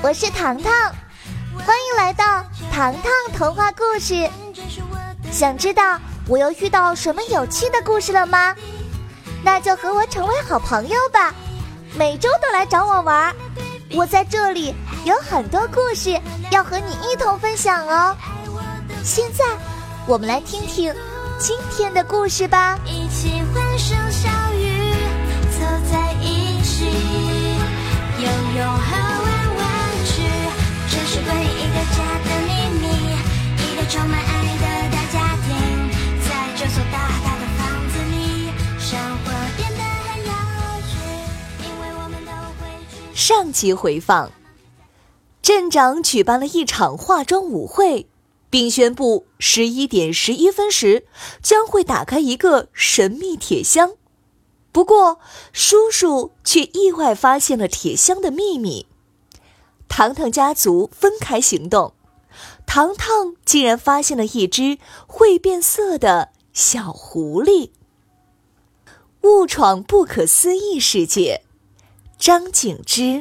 我是糖糖，欢迎来到糖糖童话故事。想知道我又遇到什么有趣的故事了吗？那就和我成为好朋友吧，每周都来找我玩。我在这里有很多故事要和你一同分享哦。现在我们来听听今天的故事吧。 一起欢声笑语，凑在一起，游泳和玩玩具，这是关于一个家的秘密，一个充满爱的大家庭，在这所大大的房子里，生活变得很有趣，因为我们都会去。 上集回放，镇长举办了一场化妆舞会，并宣布11点11分时将会打开一个神秘铁箱。不过叔叔却意外发现了铁箱的秘密。糖糖家族分开行动，糖糖竟然发现了一只会变色的小狐狸。误闯不可思议世界，张景之。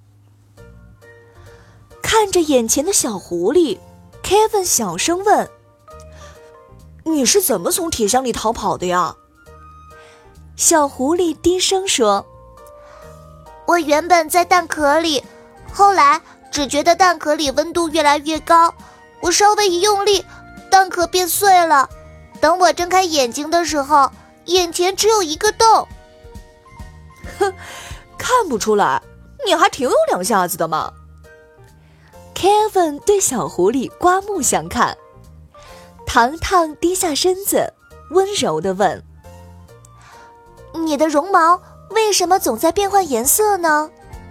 看着眼前的小狐狸，Kevin 小声问：“你是怎么从铁箱里逃跑的呀？”小狐狸低声说：“ 我原本在蛋壳里，后来只觉得蛋壳里温度越来越高，我稍微一用力，蛋壳变碎了。等我睁开眼睛的时候，眼前只有一个洞。” 哼，看不出来，你还挺有两下子的嘛。Kevin 对小狐狸刮目相看。糖糖低下身子，温柔地问：“ 你的绒毛为什么总在变换颜色呢？”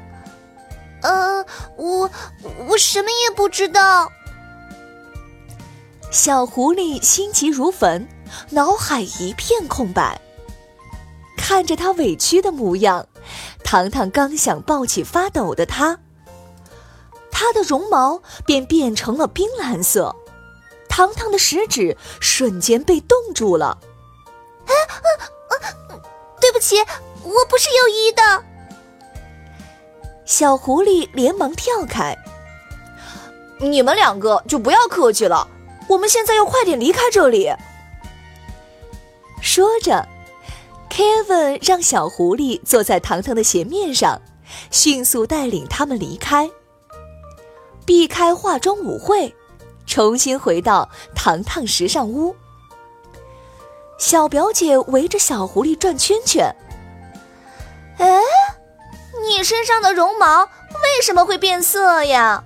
我什么也不知道。 小狐狸心急如焚，脑海一片空白。看着他委屈的模样，糖糖刚想抱起发抖的他，他的绒毛便变成了冰蓝色。糖糖的食指瞬间被冻住了。 对不起，我不是有意的。 小狐狸连忙跳开。你们两个就不要客气了，我们现在要快点离开这里。说着 Kevin 让小狐狸坐在糖糖的鞋面上，迅速带领他们离开，避开化妆舞会，重新回到糖糖时尚屋。小表姐围着小狐狸转圈圈。 哎，你身上的绒毛为什么会变色呀？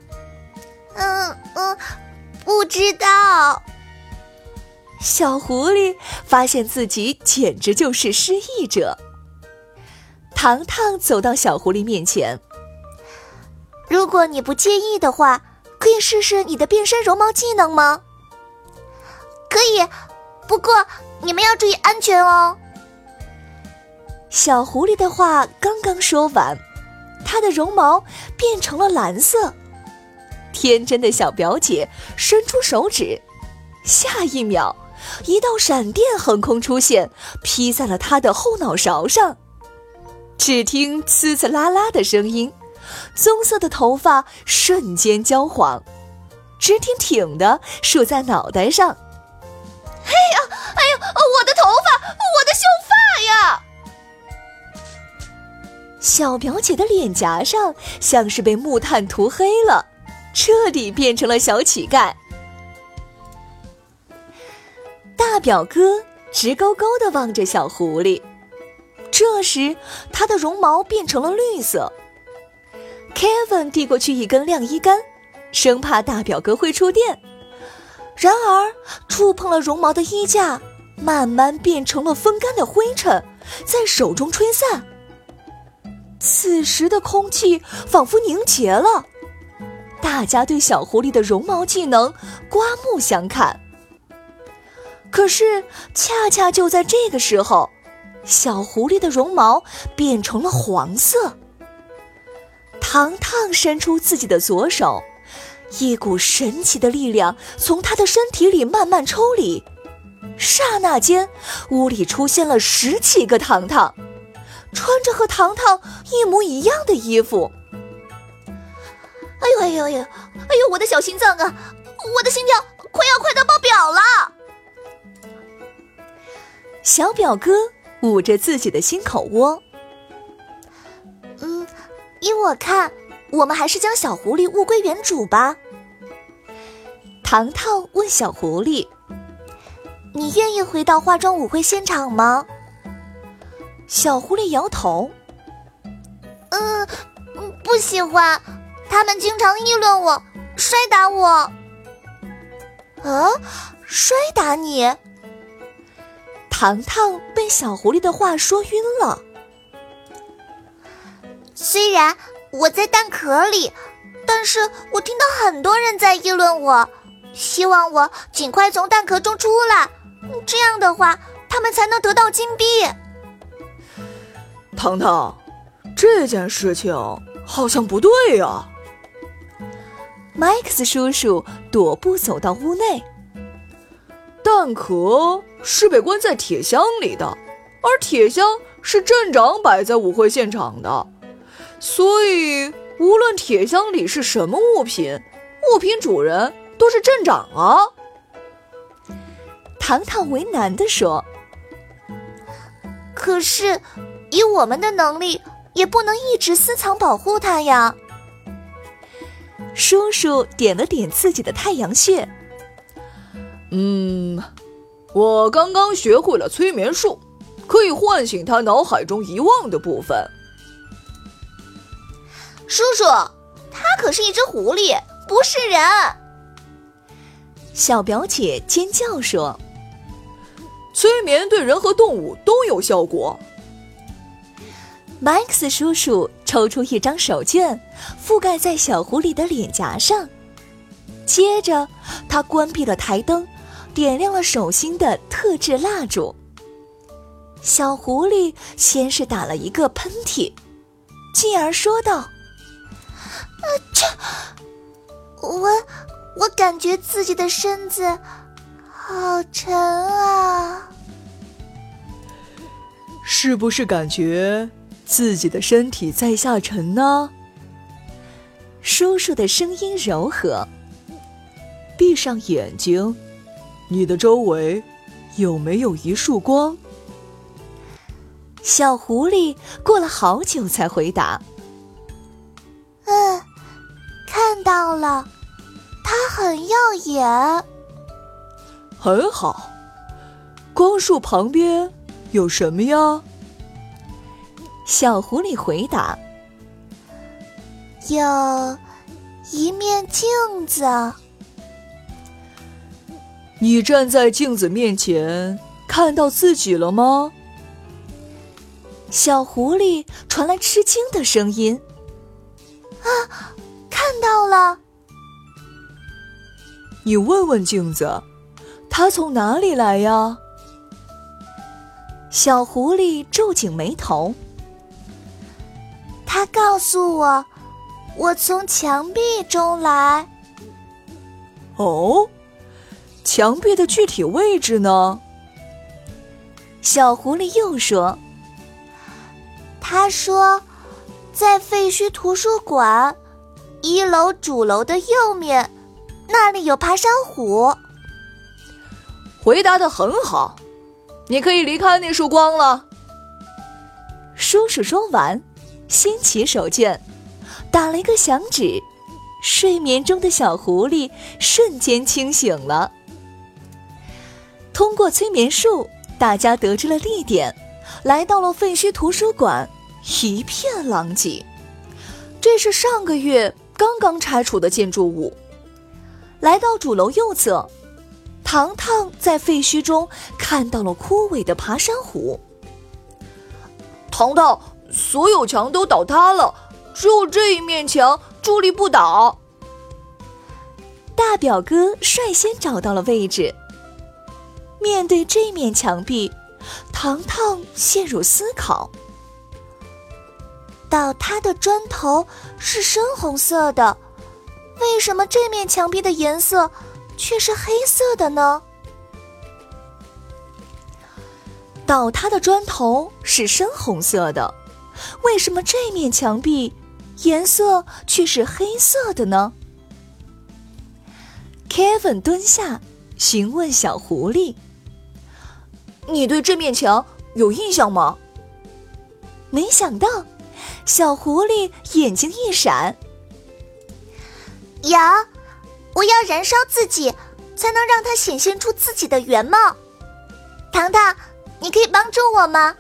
不知道。 小狐狸发现自己简直就是失忆者。糖糖走到小狐狸面前：“ 如果你不介意的话，可以试试你的变身绒毛技能吗？”“可以，不过你们要注意安全哦。” 小狐狸的话刚刚说完，它的绒毛变成了蓝色。天真的小表姐伸出手指，下一秒，一道闪电横空出现，劈在了她的后脑勺上。只听呲呲啦啦的声音，棕色的头发瞬间焦黄，直挺挺的竖在脑袋上。 哎呀，我的头发，我的秀发呀！ 小表姐的脸颊上像是被木炭涂黑了，彻底变成了小乞丐。大表哥直勾勾地望着小狐狸，这时他的绒毛变成了绿色。Kevin 递过去一根晾衣杆，生怕大表哥会触电，然而触碰了绒毛的衣架慢慢变成了风干的灰尘，在手中吹散。此时的空气仿佛凝结了，大家对小狐狸的绒毛技能刮目相看。可是恰恰就在这个时候，小狐狸的绒毛变成了黄色。糖糖伸出自己的左手，一股神奇的力量从他的身体里慢慢抽离，刹那间屋里出现了10几个糖糖，穿着和糖糖一模一样的衣服。 哎呦，我的小心脏啊！我的心跳快到爆表了。 小表哥捂着自己的心口窝。 依我看，我们还是将小狐狸物归原主吧。 糖糖问小狐狸：“ 你愿意回到化妆舞会现场吗？” 小狐狸摇头。 不喜欢，他们经常议论我，摔打我。摔打你？ 糖糖被小狐狸的话说晕了。 虽然我在蛋壳里，但是我听到很多人在议论我，希望我尽快从蛋壳中出来，这样的话，他们才能得到金币。 糖糖，这件事情好像不对啊。 麦克斯叔叔踱步走到屋内。 蛋壳是被关在铁箱里的，而铁箱是镇长摆在舞会现场的，所以无论铁箱里是什么物品，物品主人都是镇长啊。 糖糖为难地说：“ 可是以我们的能力，也不能一直私藏保护它呀。” 叔叔点了点自己的太阳穴。 我刚刚学会了催眠术，可以唤醒他脑海中遗忘的部分。 叔叔，他可是一只狐狸，不是人。 小表姐尖叫说：“ 催眠对人和动物都有效果。” 麦克斯叔叔抽出一张手绢，覆盖在小狐狸的脸颊上，接着他关闭了台灯，点亮了手心的特制蜡烛。小狐狸先是打了一个喷嚏，继而说道：“ 我感觉自己的身子好沉啊。” 是不是感觉自己的身体在下沉呢？ 叔叔的声音柔和。 闭上眼睛，你的周围有没有一束光？ 小狐狸过了好久才回答：“ 看到了，它很耀眼。” 很好。光束旁边有什么呀？ 小狐狸回答：“ 有一面镜子。” 你站在镜子面前，看到自己了吗？ 小狐狸传来吃惊的声音：“ 看到了。” 你问问镜子，它从哪里来呀？ 小狐狸皱紧眉头。 他告诉我，我从墙壁中来。 哦，墙壁的具体位置呢？ 小狐狸又说：“ 他说，在废墟图书馆1楼主楼的右面，那里有爬山虎。” 回答得很好，你可以离开那束光了。 叔叔说完，掀起手绢，打了一个响指，睡眠中的小狐狸瞬间清醒了。通过催眠术，大家得知了地点，来到了废墟图书馆，一片狼藉。这是上个月刚刚拆除的建筑物。来到主楼右侧，糖糖在废墟中看到了枯萎的爬山虎。 糖糖，所有墙都倒塌了，只有这一面墙伫立不倒。 大表哥率先找到了位置。面对这面墙壁，糖糖陷入思考。 倒塌的砖头是深红色的，为什么这面墙壁的颜色却是黑色的呢？ 倒塌的砖头是深红色的，为什么这面墙壁颜色却是黑色的呢？Kevin 蹲下询问小狐狸：“ 你对这面墙有印象吗？” 没想到，小狐狸眼睛一闪：“ 有，我要燃烧自己，才能让它显现出自己的原貌。糖糖，你可以帮助我吗？”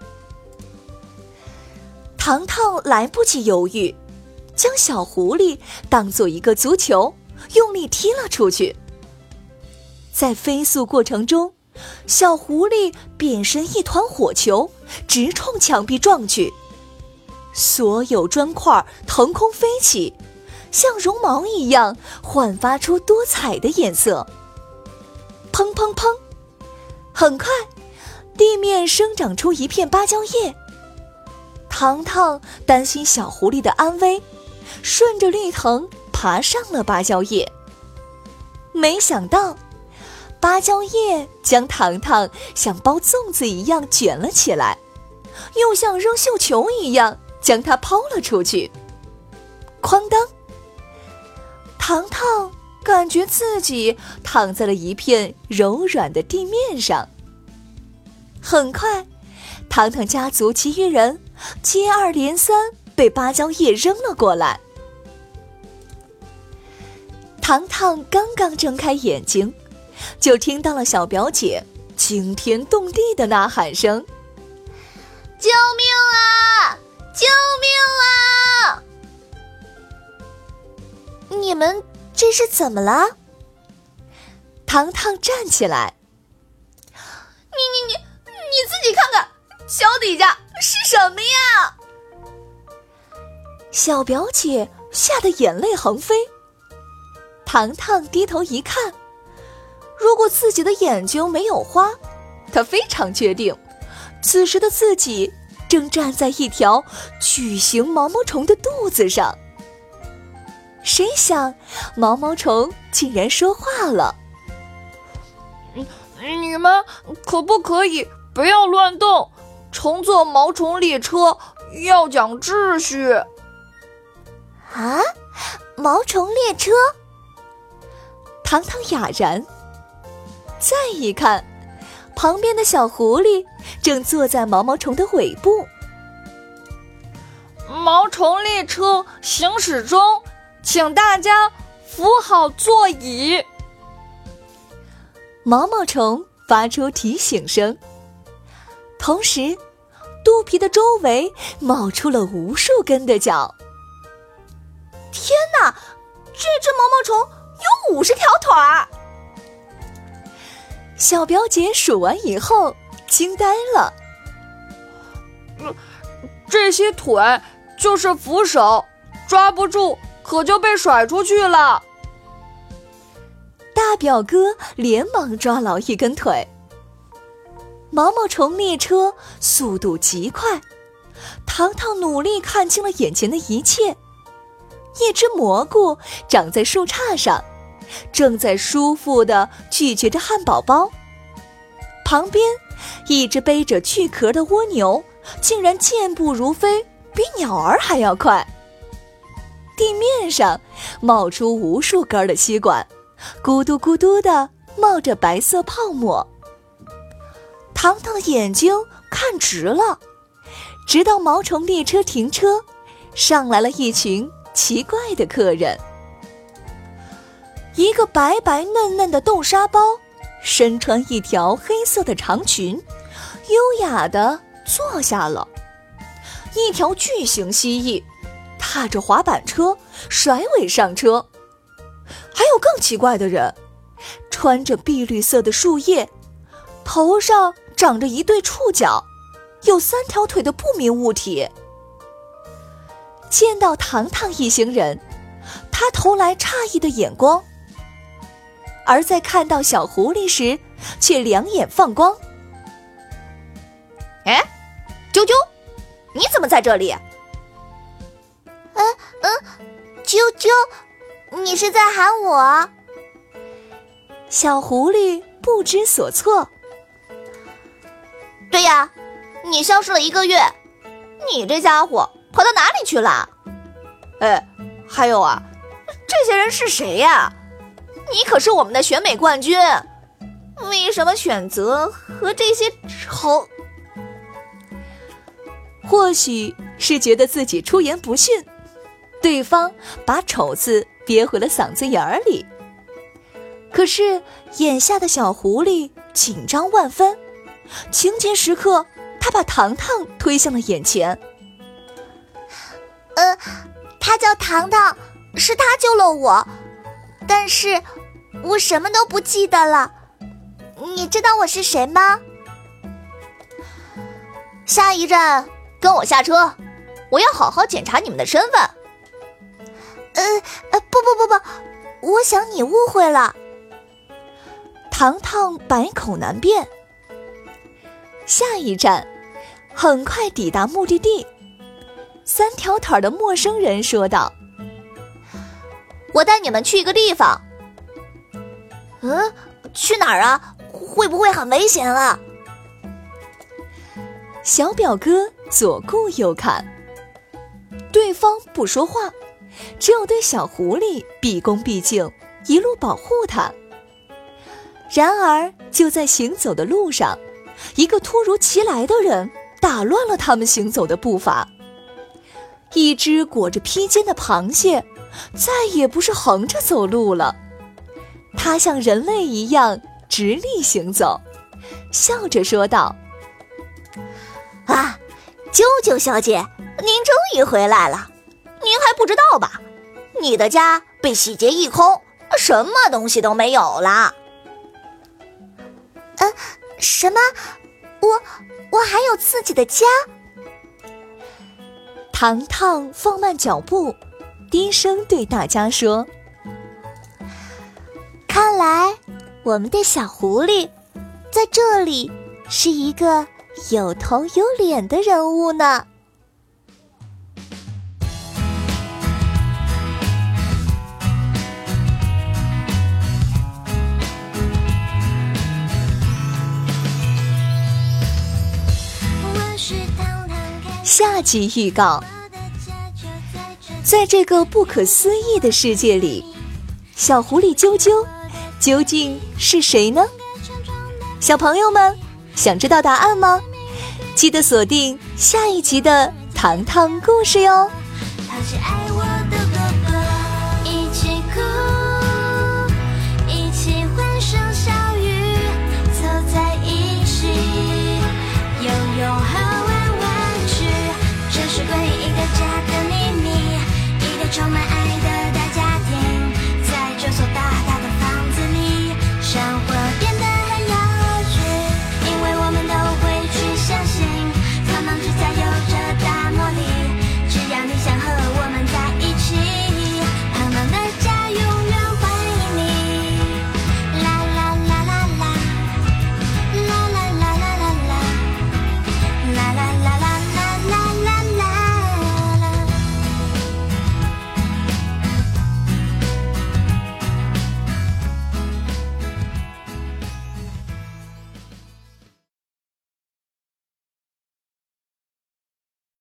糖糖来不及犹豫，将小狐狸当作一个足球，用力踢了出去。在飞速过程中，小狐狸变身一团火球，直冲墙壁撞去。所有砖块腾空飞起，像绒毛一样焕发出多彩的颜色。砰砰砰！很快，地面生长出一片芭蕉叶。糖糖担心小狐狸的安危，顺着绿藤爬上了芭蕉叶。没想到，芭蕉叶将糖糖像包粽子一样卷了起来，又像扔绣球一样将它抛了出去。哐当！糖糖感觉自己躺在了一片柔软的地面上。很快，糖糖家族其余人接二连三被芭蕉叶扔了过来。糖糖刚刚睁开眼睛，就听到了小表姐惊天动地的呐喊声：“ 救命啊！救命啊！”你们这是怎么了？糖糖站起来：“ 你自己看看，脚底下是什么呀？” 小表姐吓得眼泪横飞。糖糖低头一看，如果自己的眼睛没有花，她非常确定，此时的自己正站在一条巨型毛毛虫的肚子上。谁想，毛毛虫竟然说话了：“ 你们可不可以不要乱动？乘坐毛虫列车要讲秩序。” 啊，毛虫列车？ 糖糖哑然。再一看，旁边的小狐狸正坐在毛毛虫的尾部。 毛虫列车行驶中，请大家扶好座椅。 毛毛虫发出提醒声，同时肚皮的周围冒出了无数根的脚。 天哪，这只毛毛虫有50条腿儿！ 小表姐数完以后惊呆了。 这些腿就是扶手，抓不住可就被甩出去了。 大表哥连忙抓牢一根腿。毛毛虫列车速度极快，糖糖努力看清了眼前的一切。一只蘑菇长在树杈上，正在舒服地咀嚼着汉堡包。旁边，一只背着巨壳的蜗牛竟然健步如飞，比鸟儿还要快。地面上冒出无数根的吸管，咕嘟咕嘟地冒着白色泡沫。糖糖的眼睛看直了，直到毛虫列车停车，上来了一群奇怪的客人。一个白白嫩嫩的豆沙包，身穿一条黑色的长裙，优雅地坐下了。一条巨型蜥蜴踏着滑板车甩尾上车。还有更奇怪的人，穿着碧绿色的树叶，头上长着一对触角，有3条腿的不明物体。见到糖糖一行人，他投来诧异的眼光，而在看到小狐狸时，却两眼放光。 哎，啾啾，你怎么在这里？啾啾，你是在喊我？ 小狐狸不知所措。 对呀，你消失了1个月，你这家伙跑到哪里去了？ 还有啊，这些人是谁呀？你可是我们的选美冠军，为什么选择和这些丑？或许是觉得自己出言不逊，对方把丑字憋回了嗓子眼里。可是眼下的小狐狸紧张万分，情急时刻，他把糖糖推向了眼前。 他叫糖糖，是他救了我，但是我什么都不记得了。你知道我是谁吗？ 下一站跟我下车，我要好好检查你们的身份。 不，我想你误会了。 糖糖百口难辩。下一站，很快抵达目的地。三条腿的陌生人说道：“我带你们去一个地方。” 去哪儿啊？会不会很危险啊？ 小表哥左顾右看，对方不说话，只有对小狐狸毕恭毕敬，一路保护他。然而就在行走的路上，一个突如其来的人打乱了他们行走的步伐。一只裹着披肩的螃蟹再也不是横着走路了，它像人类一样直立行走，笑着说道：“ 啾啾小姐，您终于回来了。您还不知道吧？你的家被洗劫一空，什么东西都没有了。”什么？我还有自己的家？ 糖糖放慢脚步，低声对大家说：“ 看来我们的小狐狸在这里是一个有头有脸的人物呢。” 下集预告：在这个不可思议的世界里，小狐狸啾啾究竟是谁呢？小朋友们想知道答案吗？记得锁定下一集的糖糖故事哟。 好喜爱